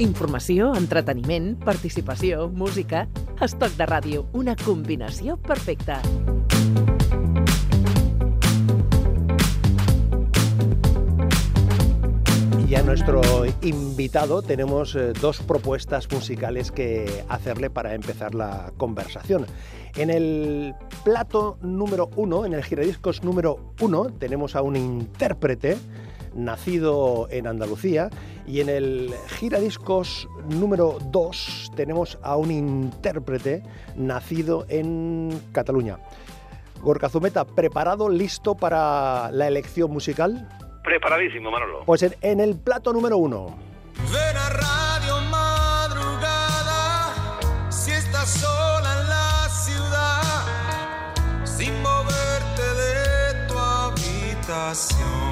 Informació, entreteniment, participació, música... Estoc de ràdio, una combinació perfecta. Y a nuestro invitado tenemos dos propuestas musicales que hacerle para empezar la conversación. En el plato número 1, en el giradiscos número 1, tenemos a un intérprete nacido en Andalucía, y en el giradiscos número 2 tenemos a un intérprete nacido en Cataluña. Gorka Zumeta, ¿preparado, listo para la elección musical? Preparadísimo, Manolo. Pues en el plato número 1. Ven a Radio Madrugada, si estás sola en la ciudad, sin moverte de tu habitación.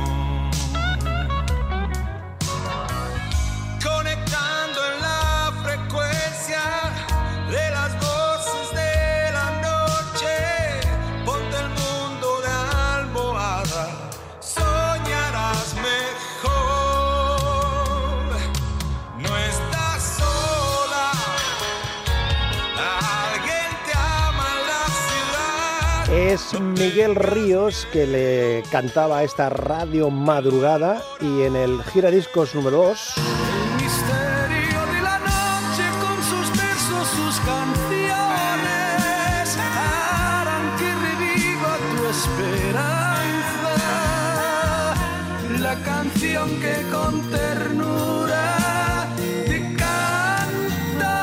Conectando en la frecuencia de las voces de la noche, ponte el mundo de almohada, soñarás mejor. No estás sola, alguien te ama en la ciudad. Es Miguel Ríos que le cantaba a esta Radio Madrugada, y en el giradiscos número 2... La canción que con ternura te canta.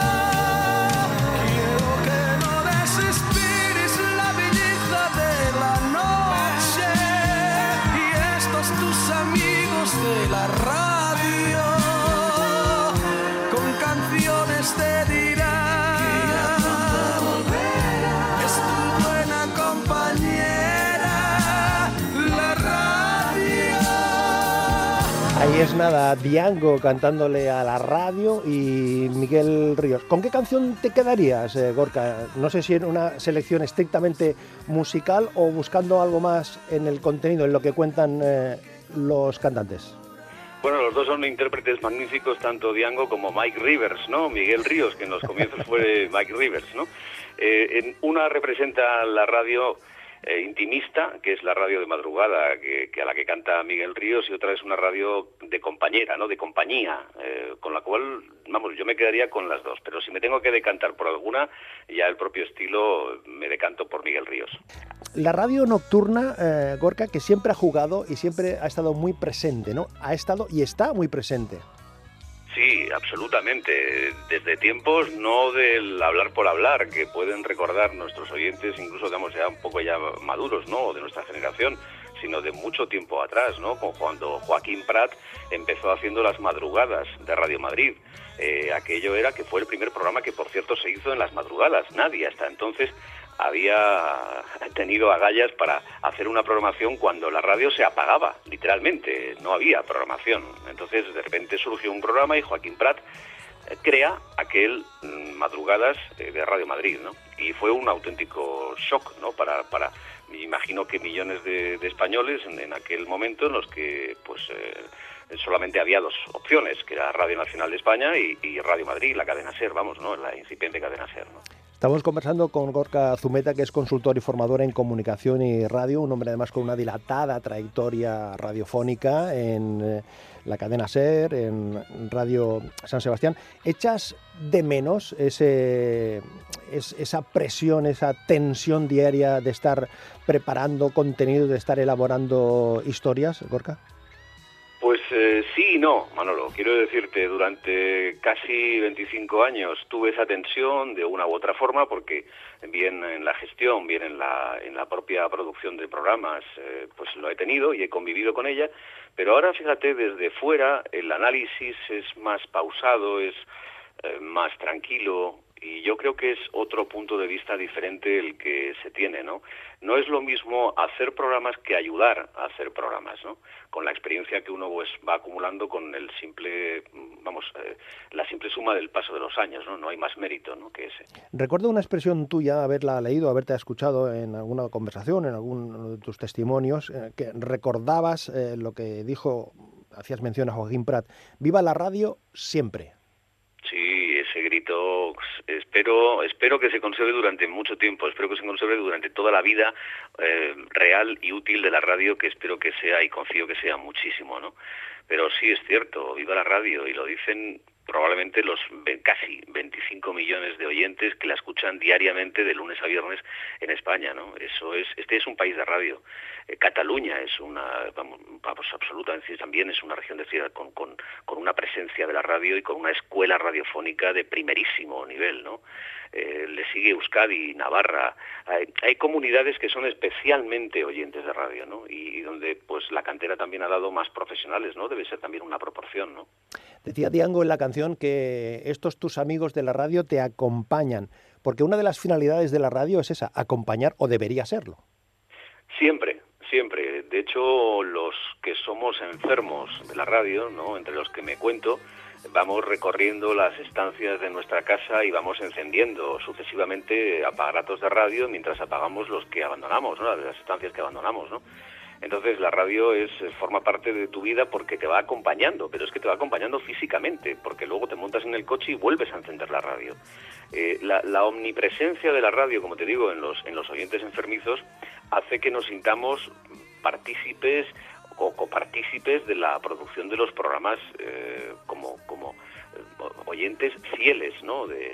Quiero que no desesperes la belleza de la noche y estos tus amigos de la radio con canciones te dirán que ya pronto volverás. Es tu buena compañera, la radio. Ahí es nada, Diango cantándole a la radio y Miguel Ríos. ¿Con qué canción te quedarías, Gorka? No sé si en una selección estrictamente musical o buscando algo más en el contenido, en lo que cuentan los cantantes. Bueno, los dos son intérpretes magníficos, tanto Diango como Mike Rivers, ¿no? Miguel Ríos, que en los comienzos fue Mike Rivers, ¿no? En una representa la radio intimista, que es la radio de madrugada, que a la que canta Miguel Ríos, y otra es una radio de compañera, ¿no? De compañía, con la cual, vamos, yo me quedaría con las dos, pero si me tengo que decantar por alguna, ya el propio estilo, me decanto por Miguel Ríos. La radio nocturna, Gorka, que siempre ha jugado y siempre ha estado muy presente, ¿no? Ha estado y está muy presente. Sí, absolutamente. Desde tiempos no del hablar por hablar, que pueden recordar nuestros oyentes, incluso digamos ya un poco ya maduros, ¿no? De nuestra generación, sino de mucho tiempo atrás, ¿no? Como cuando Joaquín Prat empezó haciendo las madrugadas de Radio Madrid. Aquello era que fue el primer programa que, por cierto, se hizo en las madrugadas. Nadie hasta entonces había tenido agallas para hacer una programación cuando la radio se apagaba, literalmente, no había programación. Entonces, de repente surgió un programa y Joaquín Prat crea aquel Madrugadas de Radio Madrid, ¿no? Y fue un auténtico shock, ¿no? Para me imagino que millones de españoles en aquel momento, en los que pues solamente había dos opciones, que era Radio Nacional de España y Radio Madrid, la cadena SER, vamos, ¿no? La incipiente cadena SER, ¿no? Estamos conversando con Gorka Zumeta, que es consultor y formador en comunicación y radio, un hombre además con una dilatada trayectoria radiofónica en la cadena SER, en Radio San Sebastián. ¿Echas de menos esa presión, esa tensión diaria de estar preparando contenido, de estar elaborando historias, Gorka? Pues sí y no, Manolo. Quiero decirte, durante casi 25 años tuve esa tensión de una u otra forma, porque bien en la gestión, bien en la propia producción de programas, pues lo he tenido y he convivido con ella, pero ahora fíjate, desde fuera el análisis es más pausado, es más tranquilo, y yo creo que es otro punto de vista diferente el que se tiene, ¿no? No es lo mismo hacer programas que ayudar a hacer programas, ¿no? Con la experiencia que uno pues va acumulando con el simple, la simple suma del paso de los años, ¿no? No hay más mérito, ¿no?, que ese. Recuerdo una expresión tuya, haberla leído, haberte escuchado en alguna conversación, en alguno de tus testimonios, que recordabas lo que dijo, hacías mención a Joaquín Prat: viva la radio siempre. detox. Espero que se conserve durante mucho tiempo, espero que se conserve durante toda la vida real y útil de la radio, que espero que sea y confío que sea muchísimo, ¿no? Pero sí es cierto, viva la radio, y lo dicen probablemente los casi 25 millones de oyentes que la escuchan diariamente de lunes a viernes en España, ¿no? Este es un país de radio. Cataluña es vamos, absolutamente también es una región de ciudad con una presencia de la radio y con una escuela radiofónica de primerísimo nivel, ¿no? Le sigue Euskadi, Navarra. Hay comunidades que son especialmente oyentes de radio, ¿no? Y donde pues la cantera también ha dado más profesionales, ¿no? Debe ser también una proporción, ¿no? Decía Diango en la canción que estos tus amigos de la radio te acompañan, porque una de las finalidades de la radio es esa, acompañar, o debería serlo. Siempre. De hecho, los que somos enfermos de la radio, ¿no? Entre los que me cuento, vamos recorriendo las estancias de nuestra casa y vamos encendiendo sucesivamente aparatos de radio mientras apagamos los que abandonamos, ¿no? Las estancias que abandonamos, ¿no? Entonces la radio forma parte de tu vida porque te va acompañando, pero es que te va acompañando físicamente, porque luego te montas en el coche y vuelves a encender la radio. La omnipresencia de la radio, como te digo, en los oyentes enfermizos, hace que nos sintamos partícipes o copartícipes de la producción de los programas como oyentes fieles, ¿no? de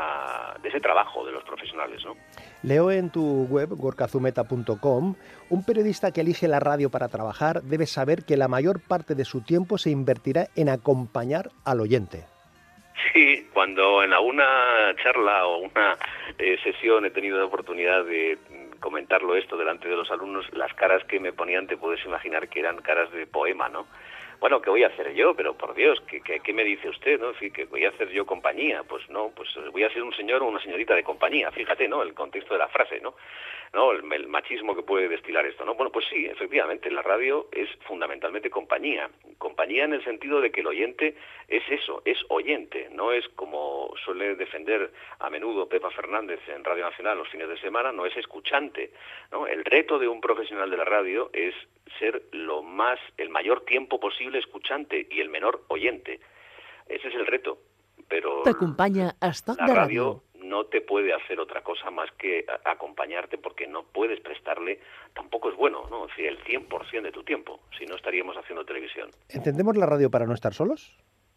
ese trabajo de los profesionales, ¿no? Leo en tu web, gorkazumeta.com, un periodista que elige la radio para trabajar debe saber que la mayor parte de su tiempo se invertirá en acompañar al oyente. Sí, cuando en alguna charla o una sesión he tenido la oportunidad de comentarlo esto delante de los alumnos, las caras que me ponían te puedes imaginar que eran caras de poema, ¿no? Bueno, ¿qué voy a hacer yo? Pero por Dios, ¿qué me dice usted, no? En fin, ¿que voy a hacer yo compañía? Pues no, pues voy a ser un señor o una señorita de compañía, fíjate, ¿no? El contexto de la frase, ¿no? ¿No? El machismo que puede destilar esto, ¿no? Bueno, pues sí, efectivamente, la radio es fundamentalmente compañía. Compañía en el sentido de que el oyente es eso, es oyente, no es como suele defender a menudo Pepa Fernández en Radio Nacional los fines de semana, no es escuchante, ¿no? El reto de un profesional de la radio es ser el mayor tiempo posible escuchante y el menor oyente. Ese es el reto. Pero T'acompanya Estoc la de radio Ràdio. no te puede hacer otra cosa más que acompañarte, porque no puedes prestarle, tampoco es bueno, ¿no? Es decir, el 100% de tu tiempo, si no estaríamos haciendo televisión. ¿Encendemos la radio para no estar solos?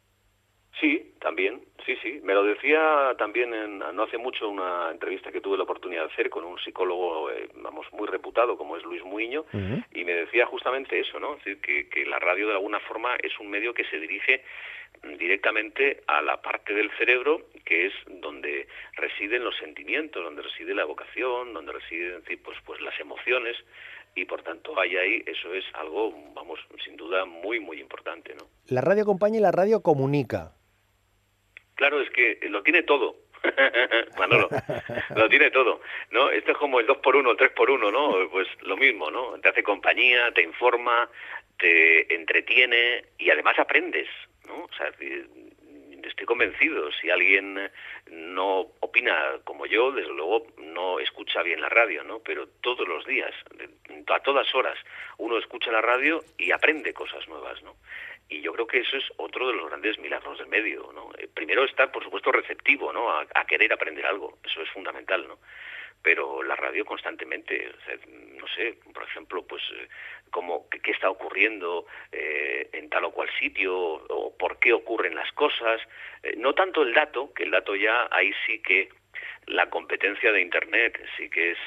Sí, también, sí. Me lo decía también no hace mucho una entrevista que tuve la oportunidad de hacer con un psicólogo, muy reputado, como es Luis Muiño, y me decía justamente eso, ¿no? Es decir, que la radio de alguna forma es un medio que se dirige directamente a la parte del cerebro que es donde residen los sentimientos, donde reside la vocación, donde residen, pues las emociones, y por tanto ahí eso es algo, sin duda muy, muy importante, ¿no? La radio acompaña y la radio comunica. Claro, es que lo tiene todo. Manolo, lo tiene todo, ¿no? Esto es como el 2x1, el 3x1, ¿no? Pues lo mismo, ¿no? Te hace compañía, te informa, te entretiene y además aprendes, ¿no? O sea, estoy convencido, si alguien no opina como yo, desde luego no escucha bien la radio, ¿no? Pero todos los días, a todas horas, uno escucha la radio y aprende cosas nuevas, ¿no? Y yo creo que eso es otro de los grandes milagros del medio, ¿no? Primero estar, por supuesto, receptivo, ¿no? A querer aprender algo, eso es fundamental, ¿no? Pero la radio constantemente, o sea, no sé, por ejemplo, pues qué está ocurriendo en tal o cual sitio, o por qué ocurren las cosas, no tanto el dato, que el dato ya ahí sí que la competencia de Internet sí que es,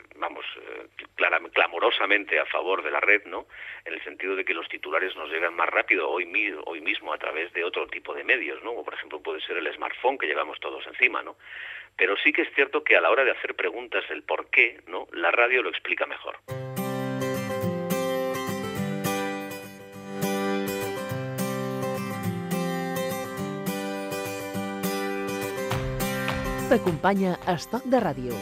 clamorosamente a favor de la red, ¿no? En el sentido de que los titulares nos llegan más rápido hoy mismo a través de otro tipo de medios, ¿no? O por ejemplo puede ser el smartphone que llevamos todos encima, ¿no? Pero sí que es cierto que a la hora de hacer preguntas el por qué, ¿no? La radio lo explica mejor. T'acompanya Estoc de Ràdio.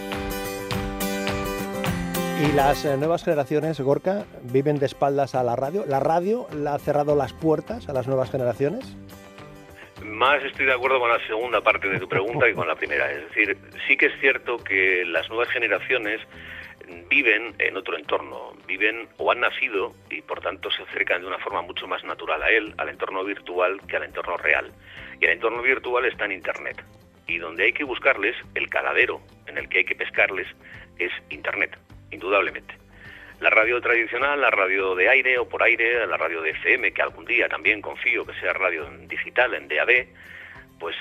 Y las nuevas generaciones, Gorka, viven de espaldas a la radio. ¿La radio le ha cerrado las puertas a las nuevas generaciones? Más estoy de acuerdo con la segunda parte de tu pregunta que con la primera. Es decir, sí que es cierto que las nuevas generaciones viven en otro entorno, viven o han nacido y por tanto se acercan de una forma mucho más natural a él, al entorno virtual, que al entorno real. Y el entorno virtual está en Internet. y donde hay que buscarles, el caladero en el que hay que pescarles, es Internet, indudablemente. La radio tradicional, la radio de aire o por aire, la radio de FM, que algún día también confío que sea radio en digital, en DAB, pues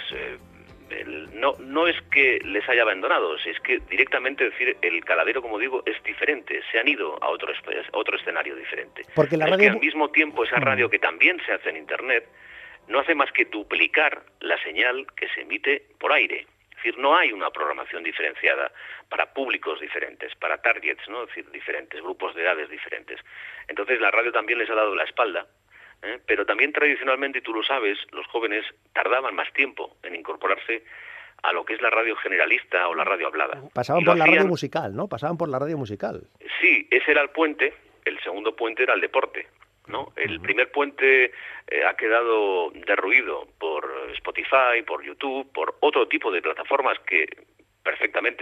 no es que les haya abandonado, es que directamente decir el caladero, como digo, es diferente, se han ido a otro escenario diferente. Porque la Pero radio... es que al mismo tiempo esa radio que también se hace en Internet no hace más que duplicar la señal que se emite por aire. Es decir, no hay una programación diferenciada para públicos diferentes, para targets, ¿no? Es decir, diferentes, grupos de edades diferentes. Entonces la radio también les ha dado la espalda, pero también tradicionalmente, y tú lo sabes, los jóvenes tardaban más tiempo en incorporarse a lo que es la radio generalista o la radio hablada. Pasaban por la radio musical, ¿no? Pasaban por la radio musical. Sí, ese era el puente, el segundo puente era el deporte, ¿no? El primer puente ha quedado derruido por Spotify, por YouTube, por otro tipo de plataformas que perfectamente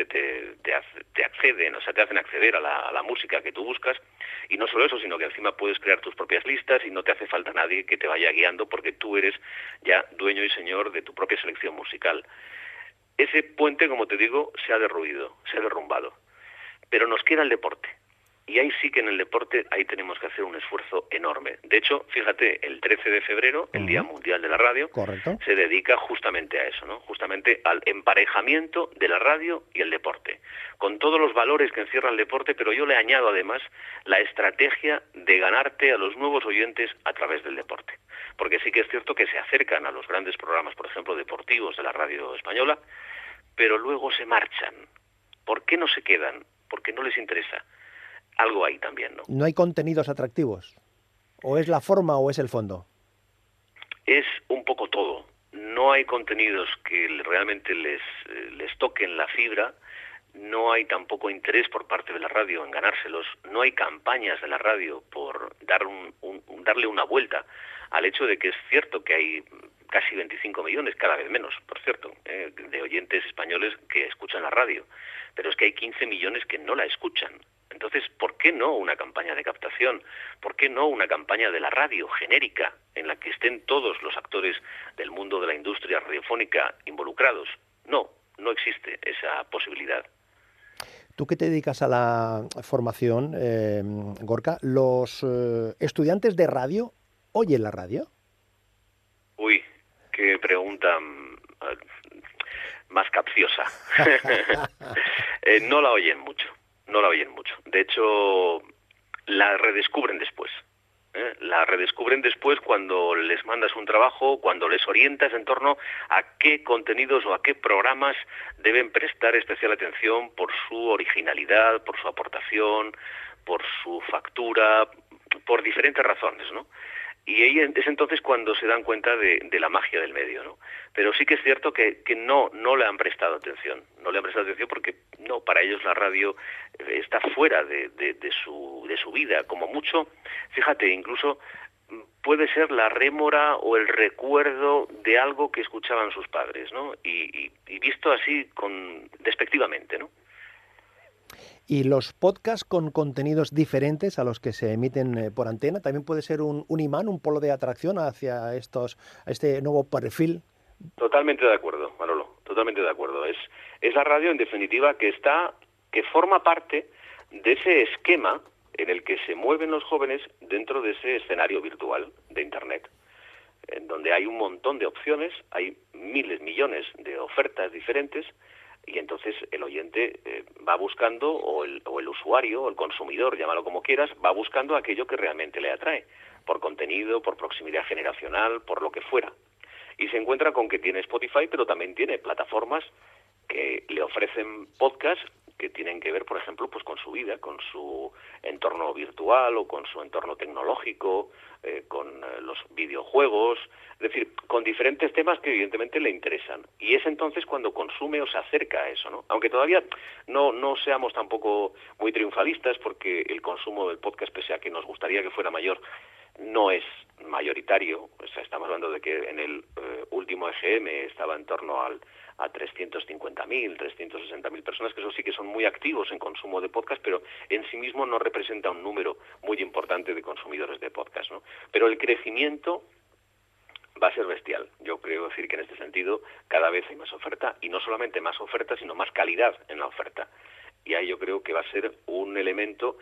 te acceden, o sea, te hacen acceder a la música que tú buscas, y no solo eso, sino que encima puedes crear tus propias listas y no te hace falta nadie que te vaya guiando porque tú eres ya dueño y señor de tu propia selección musical. Ese puente, como te digo, se ha derrumbado, pero nos queda el deporte. Y ahí sí que en el deporte, ahí tenemos que hacer un esfuerzo enorme. De hecho, fíjate, el 13 de febrero, el Día Mundial de la Radio, correcto, se dedica justamente a eso, ¿no? Justamente al emparejamiento de la radio y el deporte, con todos los valores que encierra el deporte, pero yo le añado además la estrategia de ganarte a los nuevos oyentes a través del deporte. Porque sí que es cierto que se acercan a los grandes programas, por ejemplo, deportivos de la radio española, pero luego se marchan. ¿Por qué no se quedan? Porque no les interesa. Algo hay también, ¿no? ¿No hay contenidos atractivos? ¿O es la forma o es el fondo? Es un poco todo. No hay contenidos que realmente les toquen la fibra, no hay tampoco interés por parte de la radio en ganárselos, no hay campañas de la radio por darle una vuelta al hecho de que es cierto que hay casi 25 millones, cada vez menos, por cierto, de oyentes españoles que escuchan la radio, pero es que hay 15 millones que no la escuchan. Entonces, ¿por qué no una campaña de captación? ¿Por qué no una campaña de la radio genérica en la que estén todos los actores del mundo de la industria radiofónica involucrados? No existe esa posibilidad. Tú que te dedicas a la formación, Gorka, ¿los estudiantes de radio oyen la radio? Uy, qué pregunta más capciosa. No la oyen mucho. De hecho, la redescubren después. La redescubren después cuando les mandas un trabajo, cuando les orientas en torno a qué contenidos o a qué programas deben prestar especial atención por su originalidad, por su aportación, por su factura, por diferentes razones, ¿no? Y ahí es entonces cuando se dan cuenta de la magia del medio, ¿no? Pero sí que es cierto que no le han prestado atención. No le han prestado atención porque no, para ellos la radio está fuera de su vida. Como mucho, fíjate, incluso puede ser la rémora o el recuerdo de algo que escuchaban sus padres, ¿no? Y visto así despectivamente, ¿no? ¿Y los podcasts con contenidos diferentes a los que se emiten por antena también puede ser un imán, un polo de atracción hacia este nuevo perfil? Totalmente de acuerdo, Manolo, totalmente de acuerdo. Es la radio, en definitiva, que forma parte de ese esquema en el que se mueven los jóvenes dentro de ese escenario virtual de Internet, en donde hay un montón de opciones, hay miles, millones de ofertas diferentes. Y entonces el oyente va buscando, o el usuario, o el consumidor, llámalo como quieras, va buscando aquello que realmente le atrae, por contenido, por proximidad generacional, por lo que fuera. Y se encuentra con que tiene Spotify, pero también tiene plataformas que le ofrecen podcasts que tienen que ver, por ejemplo, pues con su vida, con su entorno virtual o con su entorno tecnológico, con los videojuegos, es decir, con diferentes temas que evidentemente le interesan. Y es entonces cuando consume o se acerca a eso, ¿no? Aunque todavía no seamos tampoco muy triunfalistas, porque el consumo del podcast, pese a que nos gustaría que fuera mayor, no es mayoritario. O sea, estamos hablando de que en el último EGM estaba en torno a 350.000, 360.000 personas, que eso sí que son muy activos en consumo de podcast, pero en sí mismo no representa un número muy importante de consumidores de podcast, ¿no? Pero el crecimiento va a ser bestial. Yo creo decir que en este sentido cada vez hay más oferta, y no solamente más oferta, sino más calidad en la oferta. Y ahí yo creo que va a ser un elemento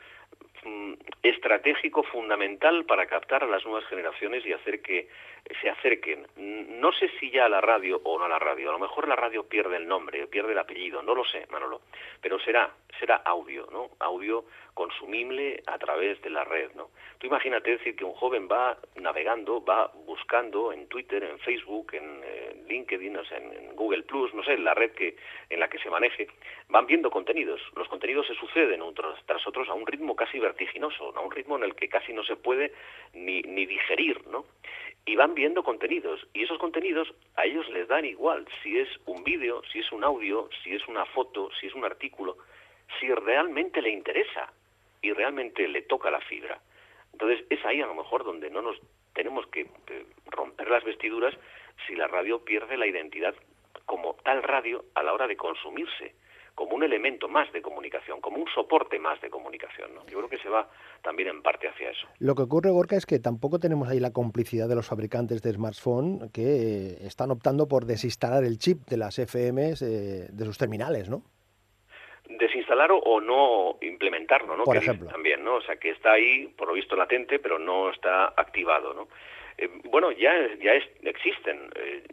estratégico fundamental para captar a las nuevas generaciones y hacer que se acerquen. No sé si ya a la radio o no a la radio. A lo mejor la radio pierde el nombre, pierde el apellido, no lo sé, Manolo. Pero será audio, ¿no? Audio consumible a través de la red, ¿no? Tú imagínate decir que un joven va navegando, va buscando en Twitter, en Facebook, en LinkedIn, no sé, en Google Plus, no sé, la red en la que se maneje, van viendo contenidos. Los contenidos se suceden unos tras otros a un ritmo casi vertiginoso, a un ritmo en el que casi no se puede ni digerir, ¿no? Y van viendo contenidos, y esos contenidos a ellos les dan igual si es un vídeo, si es un audio, si es una foto, si es un artículo, si realmente le interesa y realmente le toca la fibra. Entonces es ahí a lo mejor donde no nos tenemos que romper las vestiduras si la radio pierde la identidad como tal radio a la hora de consumirse, como un elemento más de comunicación, como un soporte más de comunicación, ¿no? Yo creo que se va también en parte hacia eso. Lo que ocurre, Gorka, es que tampoco tenemos ahí la complicidad de los fabricantes de smartphone que están optando por desinstalar el chip de las FMs de sus terminales, ¿no? Desinstalar o no implementarlo, ¿no? Por que ejemplo. También, ¿no? O sea, que está ahí, por lo visto, latente, pero no está activado, ¿no? Bueno, ya existen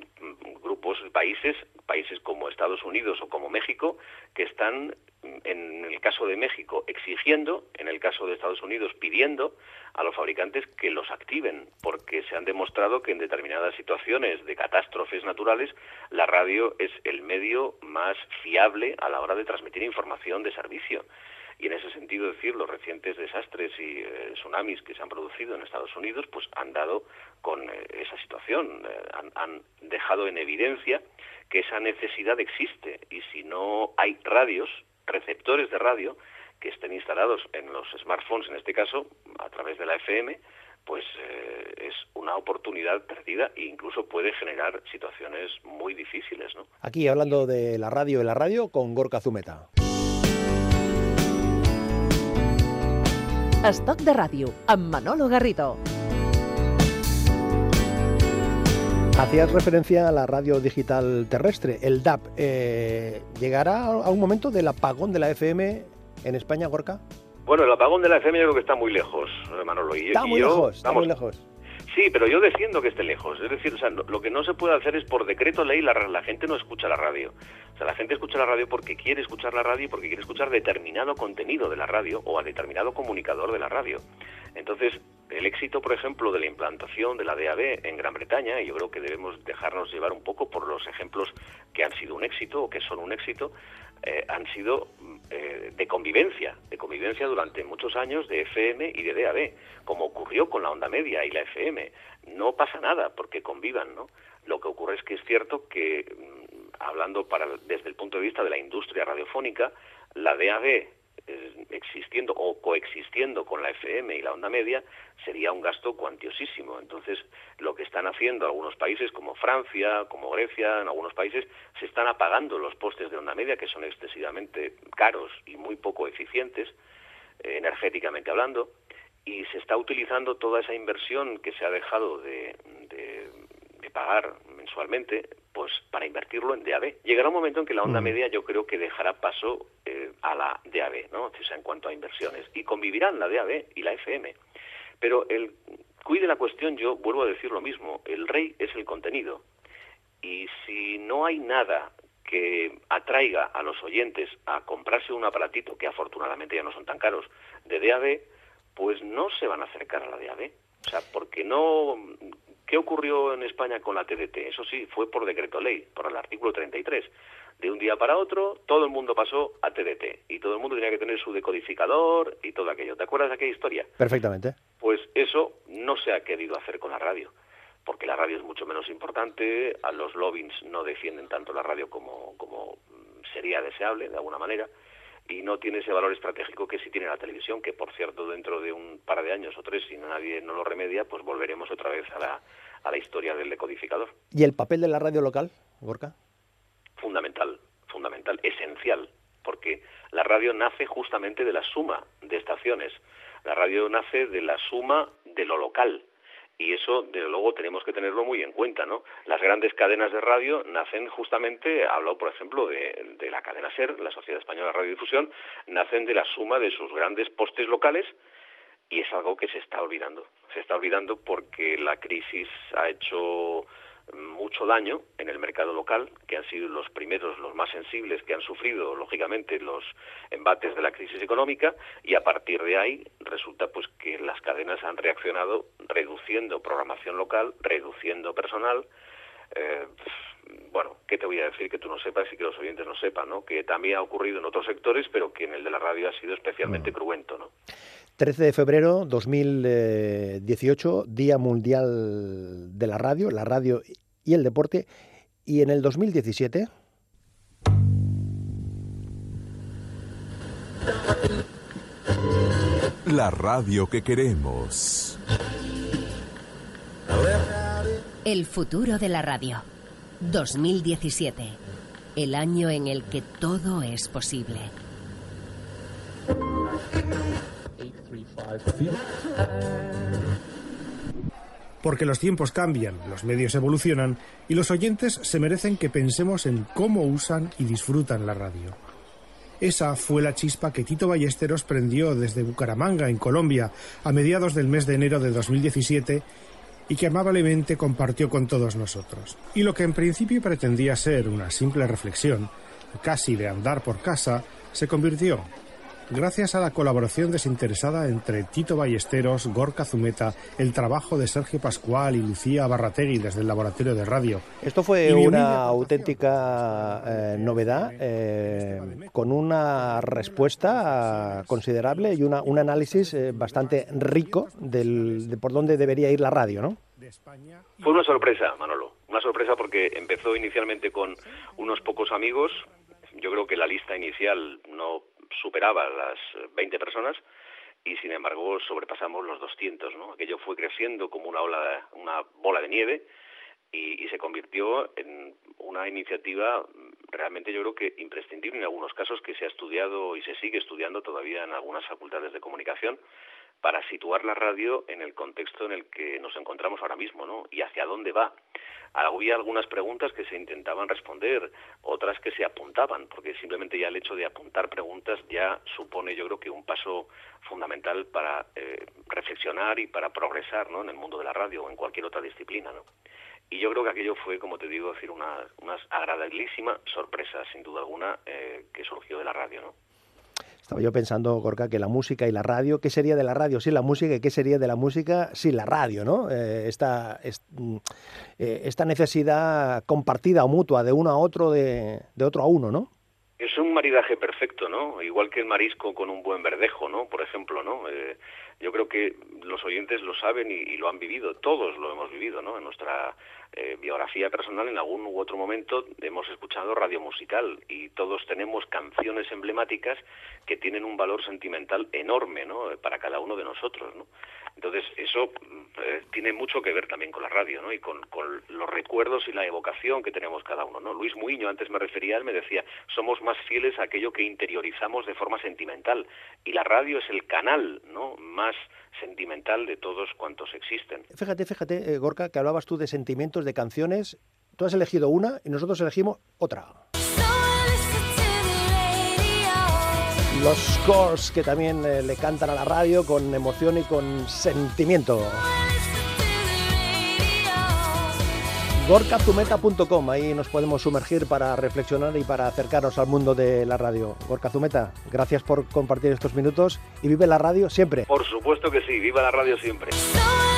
grupos, países como Estados Unidos o como México, que están, en el caso de México, exigiendo, en el caso de Estados Unidos, pidiendo a los fabricantes que los activen, porque se han demostrado que en determinadas situaciones de catástrofes naturales, la radio es el medio más fiable a la hora de transmitir información de servicio. Y en ese sentido, decir, los recientes desastres y tsunamis que se han producido en Estados Unidos, pues han dado con esa situación, han dejado en evidencia que esa necesidad existe. Y si no hay radios, receptores de radio, que estén instalados en los smartphones, en este caso, a través de la FM, pues es una oportunidad perdida e incluso puede generar situaciones muy difíciles, ¿no? Aquí hablando de la radio con Gorka Zumeta. Estoc de ràdio, amb Manolo Garrido. Hacías referencia a la radio digital terrestre, el DAB. ¿Llegará a un momento del apagón de la FM en España, Gorka? Bueno, el apagón de la FM yo creo que está muy lejos, Manolo. Está muy lejos. Sí, pero yo defiendo que esté lejos. Es decir, o sea, lo que no se puede hacer es por decreto ley, la gente no escucha la radio. O sea, la gente escucha la radio porque quiere escuchar la radio y porque quiere escuchar determinado contenido de la radio o a determinado comunicador de la radio. Entonces, el éxito, por ejemplo, de la implantación de la DAB en Gran Bretaña, y yo creo que debemos dejarnos llevar un poco por los ejemplos que han sido un éxito o que son un éxito, han sido de convivencia durante muchos años de FM y de DAB, como ocurrió con la onda media y la FM. No pasa nada porque convivan, ¿no? Lo que ocurre es que es cierto que, hablando desde el punto de vista de la industria radiofónica, la DAB existiendo o coexistiendo con la FM y la onda media sería un gasto cuantiosísimo. Entonces, lo que están haciendo algunos países como Francia, como Grecia, en algunos países se están apagando los postes de onda media, que son excesivamente caros y muy poco eficientes, energéticamente hablando, y se está utilizando toda esa inversión que se ha dejado de pagar mensualmente, pues para invertirlo en DAB. Llegará un momento en que la onda media yo creo que dejará paso a la DAB, ¿no? O sea, en cuanto a inversiones, y convivirán la DAB y la FM. Pero el cuide la cuestión, yo vuelvo a decir lo mismo, el rey es el contenido, y si no hay nada que atraiga a los oyentes a comprarse un aparatito, que afortunadamente ya no son tan caros, de DAB, pues no se van a acercar a la DAB. O sea, porque no... ¿Qué ocurrió en España con la TDT? Eso sí, fue por decreto ley, por el artículo 33. De un día para otro, todo el mundo pasó a TDT. Y todo el mundo tenía que tener su decodificador y todo aquello. ¿Te acuerdas de aquella historia? Perfectamente. Pues eso no se ha querido hacer con la radio, porque la radio es mucho menos importante, a los lobbies no defienden tanto la radio como sería deseable, de alguna manera, y no tiene ese valor estratégico que sí tiene la televisión, que por cierto dentro de un par de años o 3, si nadie no lo remedia, pues volveremos otra vez a la historia del decodificador. ¿Y el papel de la radio local, Gorka? Fundamental, esencial, porque la radio nace justamente de la suma de estaciones, la radio nace de la suma de lo local, Y eso, desde luego, tenemos que tenerlo muy en cuenta, ¿no? Las grandes cadenas de radio nacen justamente, hablo por ejemplo de la cadena SER, la Sociedad Española de Radiodifusión, nacen de la suma de sus grandes postes locales, y es algo que se está olvidando. Se está olvidando porque la crisis ha hecho mucho daño en el mercado local, que han sido los primeros, los más sensibles, que han sufrido, lógicamente, los embates de la crisis económica, y a partir de ahí resulta pues que las cadenas han reaccionado reduciendo programación local, reduciendo personal. Bueno, ¿qué te voy a decir que tú no sepas y que los oyentes no sepan, ¿no? Que también ha ocurrido en otros sectores, pero que en el de la radio ha sido especialmente cruento, ¿no? 13 de febrero 2018, Día Mundial de la Radio y el Deporte. Y en el 2017... La radio que queremos. El futuro de la radio. 2017. El año en el que todo es posible. Porque los tiempos cambian, los medios evolucionan y los oyentes se merecen que pensemos en cómo usan y disfrutan la radio. Esa fue la chispa que Tito Ballesteros prendió desde Bucaramanga, en Colombia, a mediados del mes de enero de 2017 y que amablemente compartió con todos nosotros. Y lo que en principio pretendía ser una simple reflexión, casi de andar por casa, se convirtió, gracias a la colaboración desinteresada entre Tito Ballesteros, Gorka Zumeta, el trabajo de Sergio Pascual y Lucía Barrategui desde el Laboratorio de Radio. Esto fue una auténtica novedad, con una respuesta considerable y un análisis bastante rico de por dónde debería ir la radio, ¿no? Fue una sorpresa, Manolo, una sorpresa porque empezó inicialmente con unos pocos amigos. Yo creo que la lista inicial no superaba las 20 personas y sin embargo sobrepasamos los 200, ¿no? Aquello fue creciendo como una bola de nieve y se convirtió en una iniciativa realmente, yo creo que imprescindible en algunos casos, que se ha estudiado y se sigue estudiando todavía en algunas facultades de comunicación, para situar la radio en el contexto en el que nos encontramos ahora mismo, ¿no? Y hacia dónde va. Había algunas preguntas que se intentaban responder, otras que se apuntaban, porque simplemente ya el hecho de apuntar preguntas ya supone, yo creo que un paso fundamental para reflexionar y para progresar, ¿no?, en el mundo de la radio o en cualquier otra disciplina, ¿no? Y yo creo que aquello fue, como te digo, decir una agradabilísima sorpresa, sin duda alguna, que surgió de la radio, ¿no? Estaba yo pensando, Gorka, que la música y la radio, ¿qué sería de la radio sin la música y qué sería de la música sin la radio, ¿no? Esta necesidad compartida o mutua de uno a otro, de otro a uno, ¿no? Es un maridaje perfecto, ¿no? Igual que el marisco con un buen verdejo, ¿no? Por ejemplo, ¿no? Yo creo que los oyentes lo saben y lo han vivido, todos lo hemos vivido, ¿no? En nuestra biografía personal, en algún u otro momento hemos escuchado radio musical y todos tenemos canciones emblemáticas que tienen un valor sentimental enorme, ¿no?, para cada uno de nosotros, ¿no? Entonces eso tiene mucho que ver también con la radio, ¿no?, y con los recuerdos y la evocación que tenemos cada uno, ¿no? Luis Muiño, antes me refería, él me decía, somos más fieles a aquello que interiorizamos de forma sentimental, y la radio es el canal, ¿no?, más sentimental de todos cuantos existen. Fíjate, Gorka, que hablabas tú de sentimientos, de canciones. Tú has elegido una y nosotros elegimos otra. Los Scores, que también le cantan a la radio con emoción y con sentimiento. GorkaZumeta.com, ahí nos podemos sumergir para reflexionar y para acercarnos al mundo de la radio. Gorka Zumeta, gracias por compartir estos minutos y vive la radio siempre. Por supuesto que sí, viva la radio siempre.